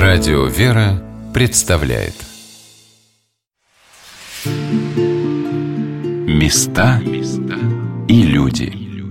Радио «Вера» представляет Места и люди.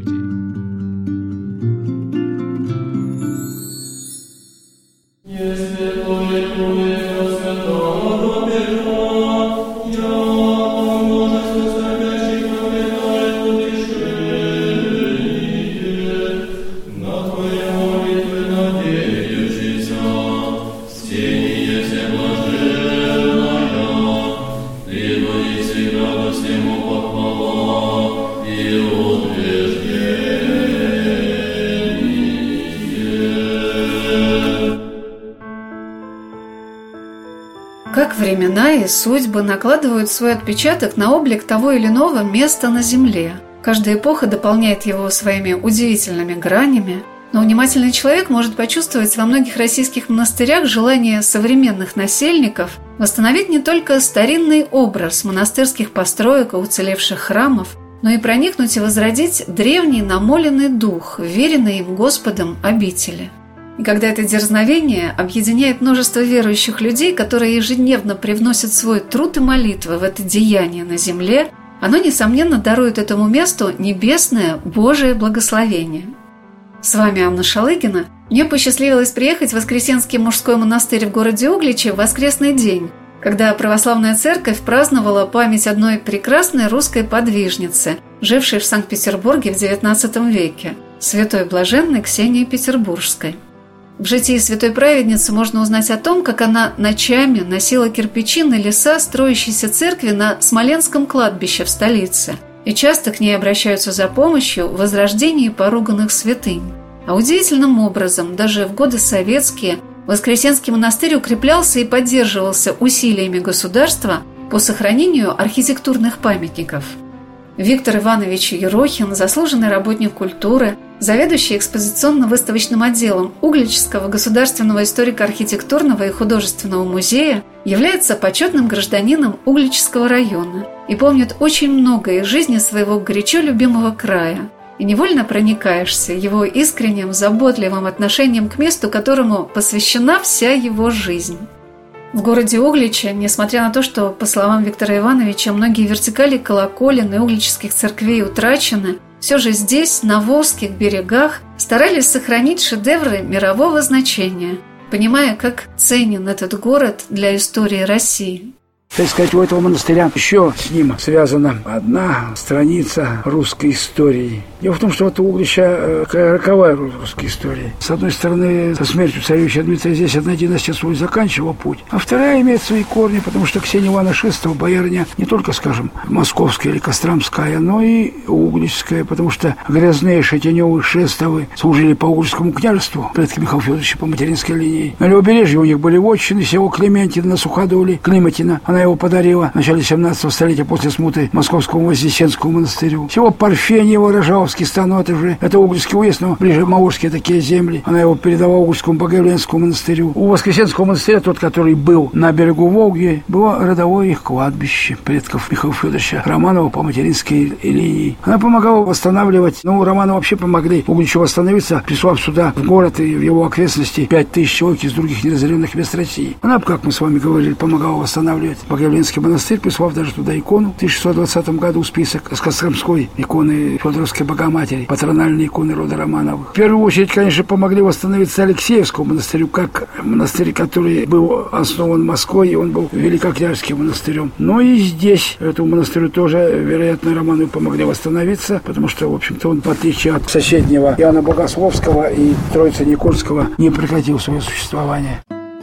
Как времена и судьбы накладывают свой отпечаток на облик того или иного места на Земле. Каждая эпоха дополняет его своими удивительными гранями, но внимательный человек может почувствовать во многих российских монастырях желание современных насельников восстановить не только старинный образ монастырских построек и уцелевших храмов, но и проникнуть и возродить древний намоленный дух, веренный им Господом обители. И когда это дерзновение объединяет множество верующих людей, которые ежедневно привносят свой труд и молитвы в это деяние на земле, оно, несомненно, дарует этому месту небесное Божие благословение. С вами Анна Шалыгина. Мне посчастливилось приехать в Воскресенский мужской монастырь в городе Угличе в воскресный день, когда православная церковь праздновала память одной прекрасной русской подвижницы, жившей в Санкт-Петербурге в XIX веке, святой блаженной Ксении Петербургской. В житии святой праведницы можно узнать о том, как она ночами носила кирпичи на леса строящейся церкви на Смоленском кладбище в столице, и часто к ней обращаются за помощью в возрождении поруганных святынь. А удивительным образом, даже в годы советские, Воскресенский монастырь укреплялся и поддерживался усилиями государства по сохранению архитектурных памятников. Виктор Иванович Ерохин, заслуженный работник культуры, заведующий экспозиционно-выставочным отделом Угличского государственного историко-архитектурного и художественного музея, является почетным гражданином Угличского района и помнит очень многое из жизни своего горячо любимого края. И невольно проникаешься его искренним, заботливым отношением к месту, которому посвящена вся его жизнь. В городе Угличе, несмотря на то, что, по словам Виктора Ивановича, многие вертикали колоколен и угличских церквей утрачены, все же здесь, на Волжских берегах, старались сохранить шедевры мирового значения, понимая, как ценен этот город для истории России. Так сказать, у этого монастыря еще с ним связана одна страница русской истории. Дело в том, что вот у Углича роковая русской истории. С одной стороны, со смертью царевича Дмитрия здесь одна династия свой заканчивала путь, а вторая имеет свои корни, потому что Ксения Ивановна Шестова, боярыня не только, скажем, московская или костромская, но и угличская, потому что грязные Шатеневы, Шестовы служили по Угличскому княжеству, предки Михаила Федоровича по материнской линии. На левобережье у них были вотчины, село Клементина на Суходоле, Климатина. Она его подарила в начале 17 столетия после смуты Московскому Вознесенскому монастырю. Село Парфеньево, Рожаловский стан, это Угличский уезд, но ближе Маурские такие земли. Она его передавала Угличскому Богоявленскому монастырю. У Воскресенского монастыря, тот, который был на берегу Волги, было родовое их кладбище предков Михаила Федоровича Романова по материнской линии. Она помогала восстанавливать, Романову вообще помогли Угличу восстановиться, прислав сюда в город и в его окрестности 5000 человек из других неразоренных мест России. Она, как мы с вами говорили, помогала восстанавливать Богоявленский монастырь, прислав даже туда икону. В 1620 году список с Костромской иконы Федоровской Богоматери, патрональной иконы рода Романовых. В первую очередь, конечно, помогли восстановиться Алексеевскому монастырю, как монастырь, который был основан Москвой, и он был великокняжеским монастырем. Но и здесь этому монастырю тоже, вероятно, Романовы помогли восстановиться, потому что, в общем-то, он, в отличие от соседнего Иоанна Богословского и Троицы Никольского, не прекратил свое существование.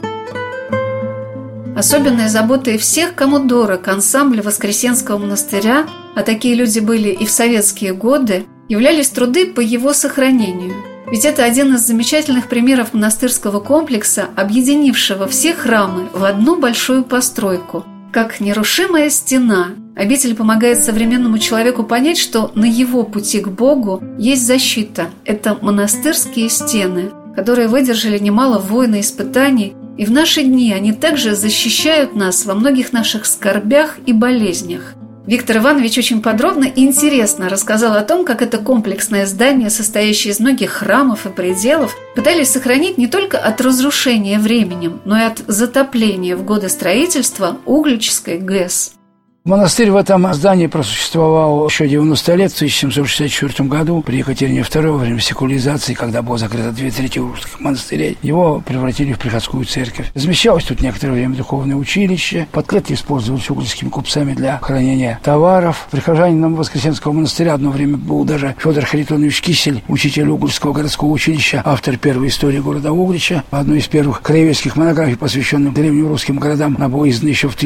Особенной заботой всех, кому дорог ансамбль Воскресенского монастыря, а такие люди были и в советские годы, являлись труды по его сохранению. Ведь это один из замечательных примеров монастырского комплекса, объединившего все храмы в одну большую постройку. Как нерушимая стена, обитель помогает современному человеку понять, что на его пути к Богу есть защита. Это монастырские стены, которые выдержали немало войн и испытаний, и в наши дни они также защищают нас во многих наших скорбях и болезнях. Виктор Иванович очень подробно и интересно рассказал о том, как это комплексное здание, состоящее из многих храмов и пределов, пытались сохранить не только от разрушения временем, но и от затопления в годы строительства Угличской ГЭС. Монастырь в этом здании просуществовал еще 90 лет, в 1764 году, при Екатерине II, во время секуляризации, когда было закрыто 2/3 русских монастырей, его превратили в приходскую церковь. Размещалось тут некоторое время духовное училище, подклетки использовались угличскими купцами для хранения товаров. Прихожанином Воскресенского монастыря одно время был даже Федор Харитонович Кисель, учитель Угличского городского училища, автор первой истории города Углича. Одной из первых краеведских монографий, посвященных древним русским городам, она была издана еще в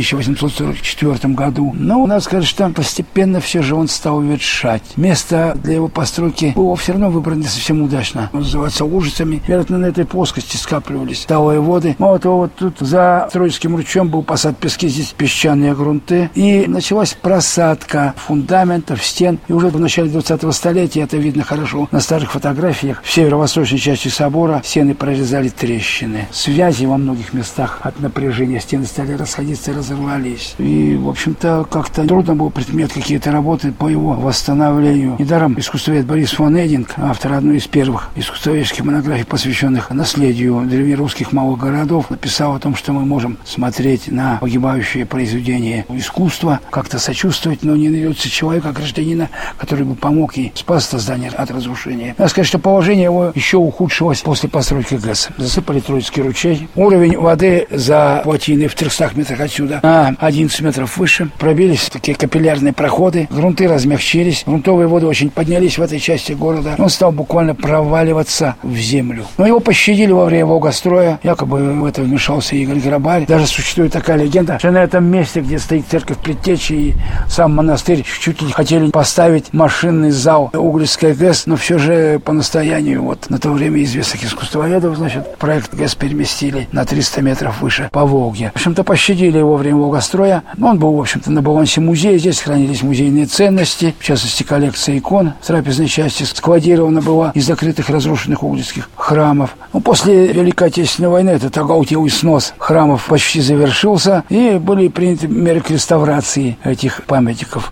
1844 году. Но надо сказать, что постепенно все же он стал ветшать. Место для его постройки было все равно выбрано не совсем удачно. Он называется Лужицами. Вероятно, на этой плоскости скапливались талые воды. Мало того, вот тут за Троицким ручьем был посад пески, здесь песчаные грунты. И началась просадка фундаментов, стен. И уже в начале 20-го столетия, это видно хорошо на старых фотографиях, в северо-восточной части собора стены прорезали трещины. Связи во многих местах от напряжения стены стали расходиться и разорвались. И, в общем-то, как-то трудно было предпринять какие-то работы по его восстановлению. Недаром искусствовед Борис фон Эдинг, автор одной из первых искусствоведческих монографий, посвященных наследию древнерусских малых городов, написал о том, что мы можем смотреть на погибающие произведения искусства, как-то сочувствовать, но не найдется человека, гражданина, который бы помог и спас это здание от разрушения. Надо сказать, что положение его еще ухудшилось после постройки ГЭС. Засыпали Троицкий ручей. Уровень воды за плотиной в 300 метрах отсюда на 11 метров выше. Пробились такие капиллярные проходы, грунты размягчились, грунтовые воды очень поднялись в этой части города. Он стал буквально проваливаться в землю. Но его пощадили во время Волгостроя. Якобы в это вмешался Игорь Грабарь. Даже существует такая легенда, что на этом месте, где стоит церковь Предтечи и сам монастырь, чуть ли хотели поставить машинный зал Угличской ГЭС, но все же по настоянию вот на то время известных искусствоведов, значит, проект ГЭС переместили на 300 метров выше по Волге. В общем-то, пощадили его во время Волгостроя. Но он был, в общем-то, на балансе музея. Здесь хранились музейные ценности, в частности, коллекция икон. В трапезной части складирована была из закрытых разрушенных угличских храмов. Но после Великой Отечественной войны этот оголтелый снос храмов почти завершился, и были приняты меры к реставрации этих памятников.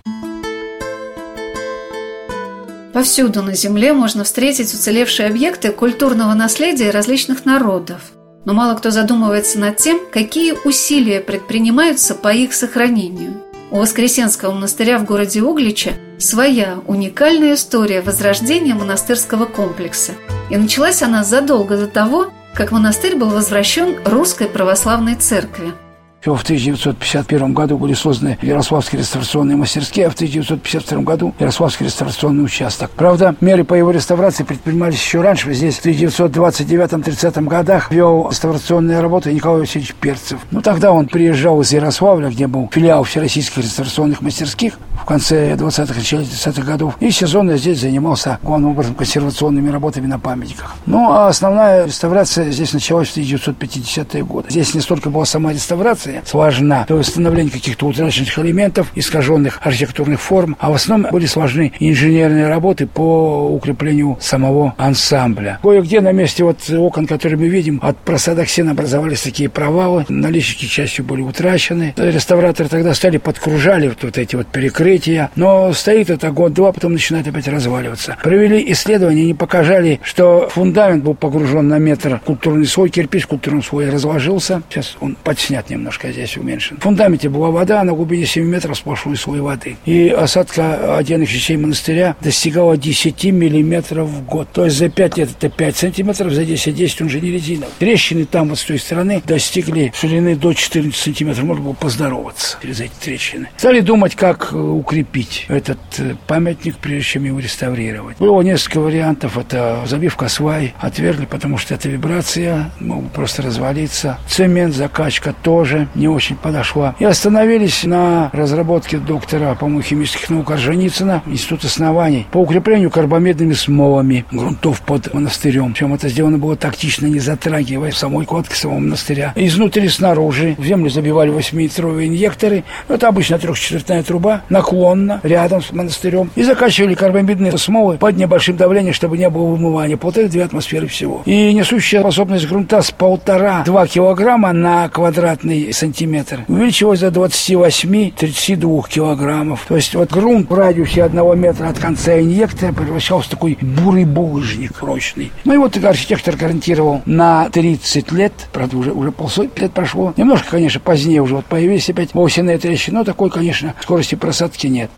Повсюду на Земле можно встретить уцелевшие объекты культурного наследия различных народов. Но мало кто задумывается над тем, какие усилия предпринимаются по их сохранению. У Воскресенского монастыря в городе Углича своя уникальная история возрождения монастырского комплекса. И началась она задолго до того, как монастырь был возвращен Русской Православной Церкви. В 1951 году были созданы Ярославские реставрационные мастерские, а в 1952 году Ярославский реставрационный участок. Правда, меры по его реставрации предпринимались еще раньше. Здесь в 1929-30 годах вел реставрационные работы Николай Васильевич Перцев. Но тогда он приезжал из Ярославля, где был филиал Всероссийских реставрационных мастерских в конце 20-х, начале 30-х годов. И сезонно здесь занимался главным образом консервационными работами на памятниках. Ну, а основная реставрация здесь началась в 1950-е годы. Здесь не столько была сама реставрация сложна, то восстановление каких-то утраченных элементов, искаженных архитектурных форм, а в основном были сложны инженерные работы по укреплению самого ансамбля. Кое-где на месте вот окон, которые мы видим, от просадок стен образовались такие провалы, наличники частью были утрачены. Реставраторы тогда стали подкружали вот эти вот перекрытия, но стоит это год-два, потом начинает опять разваливаться. Провели исследования, они показали, что фундамент был погружен на метр, культурный слой, кирпич в культурном слое разложился. Сейчас он подснят немножко, здесь уменьшен. В фундаменте была вода, на глубине 7 метров сплошной слой воды. И осадка отдельных частей монастыря достигала 10 миллиметров в год. То есть за 5 лет это 5 сантиметров, за 10 он же не резиновый. Трещины там вот с той стороны достигли ширины до 14 сантиметров. Можно было поздороваться через эти трещины. Стали думать, как укрепить этот памятник, прежде чем его реставрировать. Было несколько вариантов. Это забивка свай. Отвергли, потому что это вибрация, мог просто развалиться. Цемент, закачка тоже не очень подошла. И остановились на разработке доктора, по-моему, химических наук Орджоникидзе, Институт оснований, по укреплению карбамидными смолами грунтов под монастырем. Причем это сделано было тактично, не затрагивая самой кладки самого монастыря. Изнутри, снаружи, в землю забивали 8-метровые инъекторы. Это обычно 3/4 труба, наклонно, рядом с монастырем. И закачивали карбамидные смолы под небольшим давлением, чтобы не было вымывания. 1,5-2 атмосферы всего. И несущая способность грунта с 1,5-2 килограмма на квадратный сантиметр. Увеличилось до 28-32 килограммов. То есть вот грунт в радиусе 1 метра от конца инъектора превращался в такой бурый булыжник прочный. Ну и вот архитектор гарантировал на 30 лет, правда, уже полсотни лет прошло. Немножко, конечно, позднее уже вот появились опять волосяные трещины, но такой, конечно, скорости просадки нет.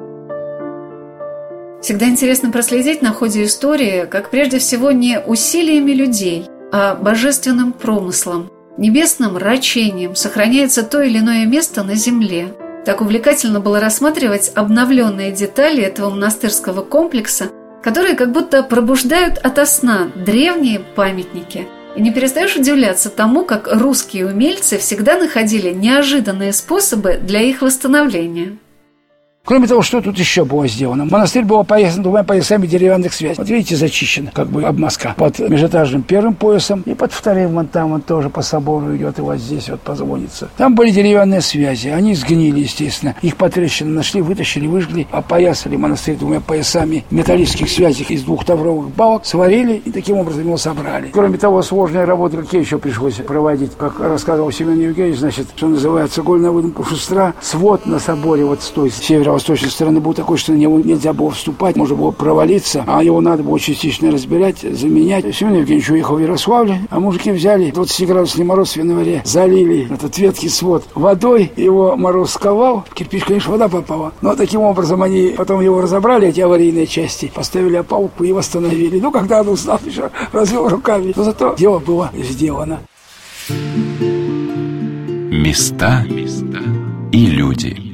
Всегда интересно проследить на ходе истории, как прежде всего не усилиями людей, а божественным промыслом, небесным рачением сохраняется то или иное место на земле. Так увлекательно было рассматривать обновленные детали этого монастырского комплекса, которые как будто пробуждают ото сна древние памятники. И не перестаешь удивляться тому, как русские умельцы всегда находили неожиданные способы для их восстановления. Кроме того, что тут еще было сделано? Монастырь был опоясан 2 поясами деревянных связей. Вот видите, зачищена как бы обмазка под межэтажным 1 поясом и под 2, вон там он тоже по собору идет, и вот здесь вот позвонится. Там были деревянные связи, они сгнили, естественно. Их по трещинам нашли, вытащили, выжгли, опоясали монастырь 2 поясами металлических связей из 2 тавровых балок, сварили и таким образом его собрали. Кроме того, сложные работы какие еще пришлось проводить? Как рассказывал Семен Евгеньевич, значит, что называется, голь на выдумку шустра, свод на соборе вот с той северо-восточной стороны был такой, что на него нельзя было вступать, можно было провалиться, а его надо было частично разбирать, заменять. Семен Евгеньевич уехал в Ярославль, а мужики взяли 20-градусный мороз в январе, залили этот ветхий свод водой, его мороз сковал, в кирпич, конечно, вода попала, но таким образом они потом его разобрали, эти аварийные части, поставили опалубку и восстановили. Ну, когда он узнал, еще развел руками, но зато дело было сделано. Места и люди.